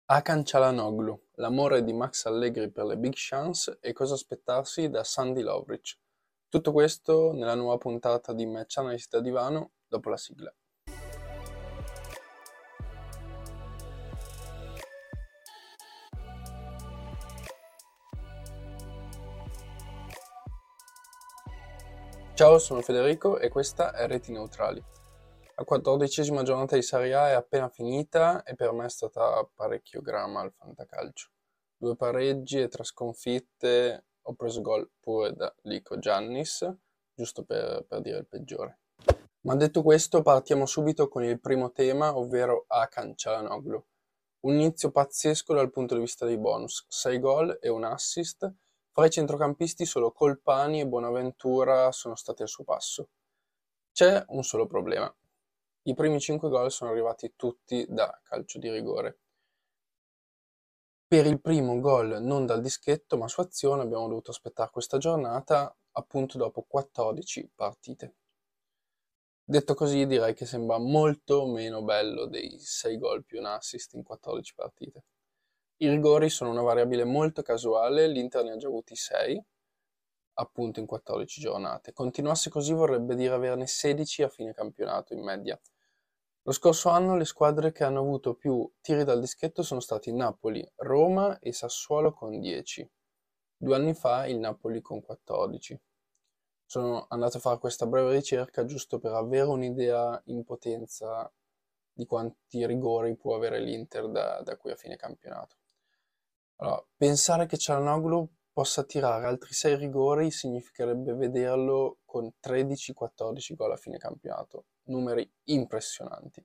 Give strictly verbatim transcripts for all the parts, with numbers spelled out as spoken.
Hakan Çalhanoğlu, l'amore di Max Allegri per le big chance e cosa aspettarsi da Sandy Lovric. Tutto questo nella nuova puntata di Match Analyst da Divano dopo la sigla. Ciao, sono Federico e questa è Reti Neutrali. La quattordicesima giornata di Serie A è appena finita e per me è stata parecchio grama al fantacalcio. Due pareggi e tre sconfitte, ho preso gol pure da Lico Giannis, giusto per, per dire il peggiore. Ma detto questo, partiamo subito con il primo tema, ovvero Hakan Çalhanoğlu. Un inizio pazzesco dal punto di vista dei bonus, sei gol e un assist. Fra i centrocampisti solo Colpani e Bonaventura sono stati al suo passo. C'è un solo problema. I primi cinque gol sono arrivati tutti da calcio di rigore. Per il primo gol non dal dischetto ma su azione abbiamo dovuto aspettare questa giornata appunto dopo quattordici partite. Detto così direi che sembra molto meno bello dei sei gol più un assist in quattordici partite. I rigori sono una variabile molto casuale, l'Inter ne ha già avuti sei, appunto in quattordici giornate. Continuasse così vorrebbe dire averne sedici a fine campionato in media. Lo scorso anno le squadre che hanno avuto più tiri dal dischetto sono stati Napoli, Roma e Sassuolo con dieci. Due anni fa il Napoli con quattordici. Sono andato a fare questa breve ricerca giusto per avere un'idea in potenza di quanti rigori può avere l'Inter da, da qui a fine campionato. Allora, pensare che Çalhanoğlu possa tirare altri sei rigori significherebbe vederlo con tredici quattordici gol a fine campionato, numeri impressionanti.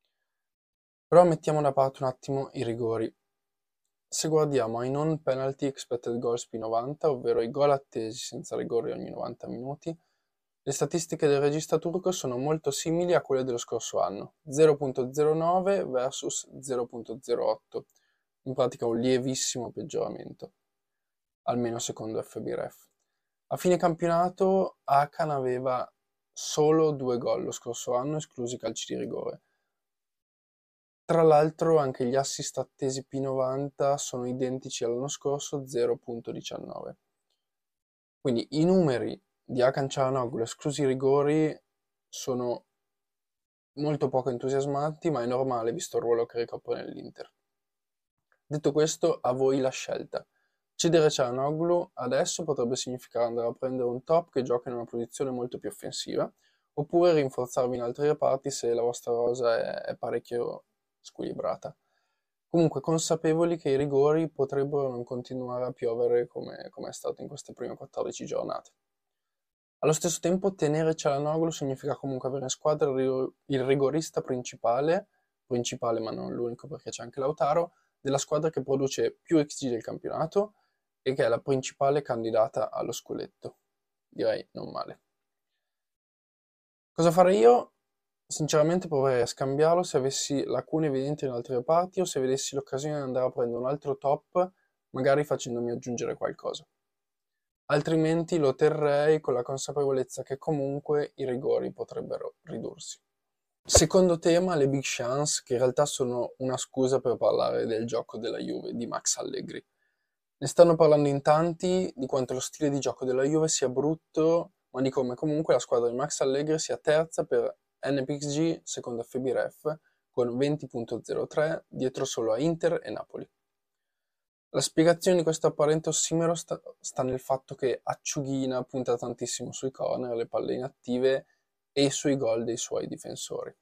Però mettiamo da parte un attimo i rigori. Se guardiamo ai non penalty expected goals P novanta, ovvero i gol attesi senza rigori ogni novanta minuti, le statistiche del regista turco sono molto simili a quelle dello scorso anno, zero virgola zero nove versus zero virgola zero otto, in pratica un lievissimo peggioramento, almeno secondo F B ref. A fine campionato Hakan aveva solo due gol lo scorso anno, esclusi i calci di rigore. Tra l'altro anche gli assist attesi P novanta sono identici all'anno scorso, zero virgola diciannove. Quindi i numeri di Hakan Çalhanoğlu, esclusi i rigori, sono molto poco entusiasmanti, ma è normale visto il ruolo che ricopre nell'Inter. Detto questo, a voi la scelta. Cedere Çalhanoğlu adesso potrebbe significare andare a prendere un top che gioca in una posizione molto più offensiva, oppure rinforzarvi in altri reparti se la vostra rosa è, è parecchio squilibrata. Comunque consapevoli che i rigori potrebbero non continuare a piovere come, come è stato in queste prime quattordici giornate. Allo stesso tempo tenere Çalhanoğlu significa comunque avere in squadra il rigorista principale, principale ma non l'unico perché c'è anche Lautaro, della squadra che produce più X G del campionato e che è la principale candidata allo scudetto. Direi non male. Cosa farei io? Sinceramente proverei a scambiarlo se avessi lacune evidenti in altre parti o se vedessi l'occasione di andare a prendere un altro top, magari facendomi aggiungere qualcosa. Altrimenti lo terrei con la consapevolezza che comunque i rigori potrebbero ridursi. Secondo tema, le big chance, che in realtà sono una scusa per parlare del gioco della Juve di Max Allegri. Ne stanno parlando in tanti di quanto lo stile di gioco della Juve sia brutto, ma di come comunque la squadra di Max Allegri sia terza per N P X G secondo F B ref con venti virgola zero tre dietro solo a Inter e Napoli. La spiegazione di questo apparente ossimero sta, sta nel fatto che Acciughina punta tantissimo sui corner, le palle inattive e sui gol dei suoi difensori.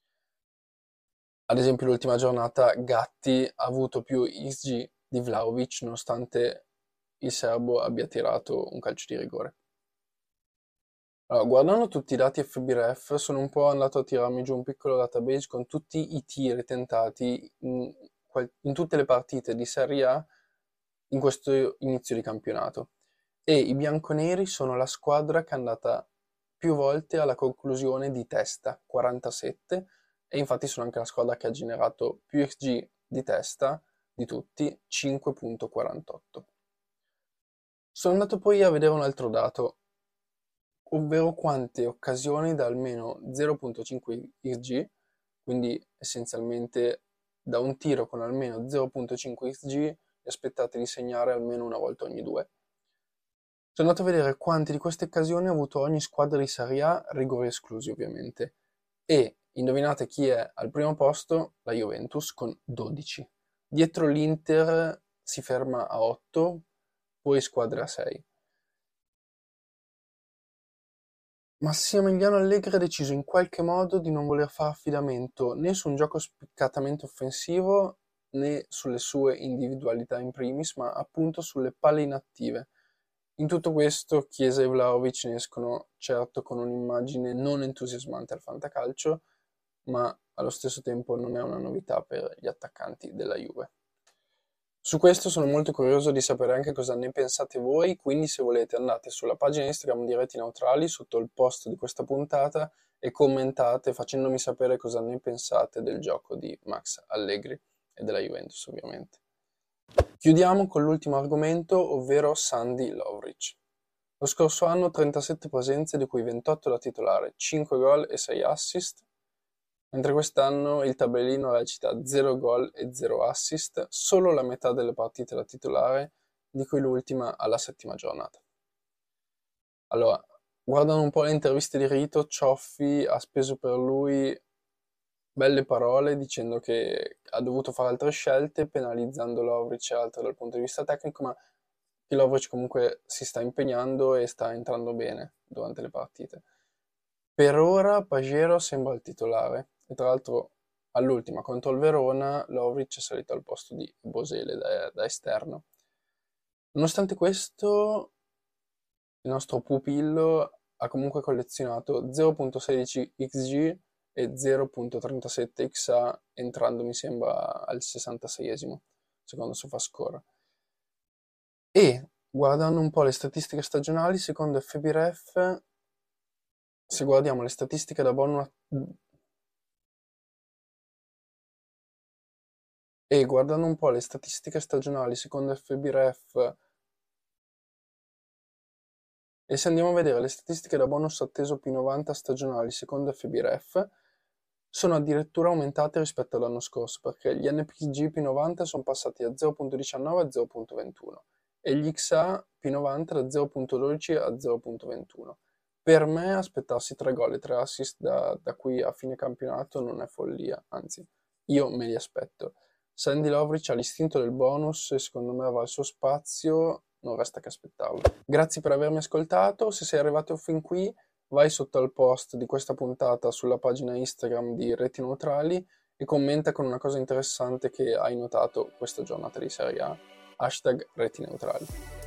Ad esempio l'ultima giornata Gatti ha avuto più X G di Vlahovic nonostante il serbo abbia tirato un calcio di rigore. Allora, guardando tutti i dati F B ref sono un po' andato a tirarmi giù un piccolo database con tutti i tiri tentati in, in tutte le partite di Serie A in questo inizio di campionato e i bianconeri sono la squadra che è andata più volte alla conclusione di testa, quarantasette, e infatti sono anche la squadra che ha generato più X G di testa di tutti, cinque virgola quarantotto. Sono andato poi a vedere un altro dato, ovvero quante occasioni da almeno zero virgola cinque X G, quindi essenzialmente da un tiro con almeno zero virgola cinque X G e aspettate di segnare almeno una volta ogni due. Sono andato a vedere quante di queste occasioni ha avuto ogni squadra di Serie A, rigori esclusi ovviamente, e indovinate chi è al primo posto? La Juventus con dodici. Dietro l'Inter si ferma a otto, poi squadre a sei. Massimiliano Allegri ha deciso in qualche modo di non voler fare affidamento né su un gioco spiccatamente offensivo né sulle sue individualità in primis, ma appunto sulle palle inattive. In tutto questo Chiesa e Vlahovic ne escono certo con un'immagine non entusiasmante al fantacalcio, ma allo stesso tempo non è una novità per gli attaccanti della Juve. Su questo sono molto curioso di sapere anche cosa ne pensate voi, quindi se volete andate sulla pagina Instagram di Reti Neutrali sotto il post di questa puntata e commentate facendomi sapere cosa ne pensate del gioco di Max Allegri e della Juventus ovviamente. Chiudiamo con l'ultimo argomento, ovvero Sandy Lovric. Lo scorso anno trentasette presenze, di cui ventotto da titolare, cinque gol e sei assist, mentre quest'anno il tabellino recita zero gol e zero assist, solo la metà delle partite da titolare, di cui l'ultima alla settima giornata. Allora, guardando un po' le interviste di Rito, Cioffi ha speso per lui belle parole dicendo che ha dovuto fare altre scelte, penalizzando Lovric e altro dal punto di vista tecnico, ma che Lovric comunque si sta impegnando e sta entrando bene durante le partite. Per ora Pagero sembra il titolare e tra l'altro all'ultima contro il Verona Lovric è salito al posto di Bosele da, da esterno. Nonostante questo il nostro pupillo ha comunque collezionato zero virgola sedici X G e zero virgola trentasette X A, entrando mi sembra al sessantaseiesimo secondo SofaScore. E guardando un po' le statistiche stagionali, secondo F B ref, se guardiamo le statistiche da bonus e guardando un po' le statistiche stagionali secondo F B ref e se andiamo a vedere le statistiche da bonus atteso P novanta stagionali secondo F B ref, sono addirittura aumentate rispetto all'anno scorso, perché gli N P G P novanta sono passati da zero virgola diciannove a zero virgola ventuno e gli X A P novanta da zero virgola dodici a zero virgola ventuno. Per me aspettarsi tre gol e tre assist da, da qui a fine campionato non è follia, anzi, io me li aspetto. Sandy Lovric ha l'istinto del bonus e secondo me avrà il suo spazio, non resta che aspettarlo. Grazie per avermi ascoltato, se sei arrivato fin qui vai sotto al post di questa puntata sulla pagina Instagram di Reti Neutrali e commenta con una cosa interessante che hai notato questa giornata di Serie A. Hashtag Reti Neutrali.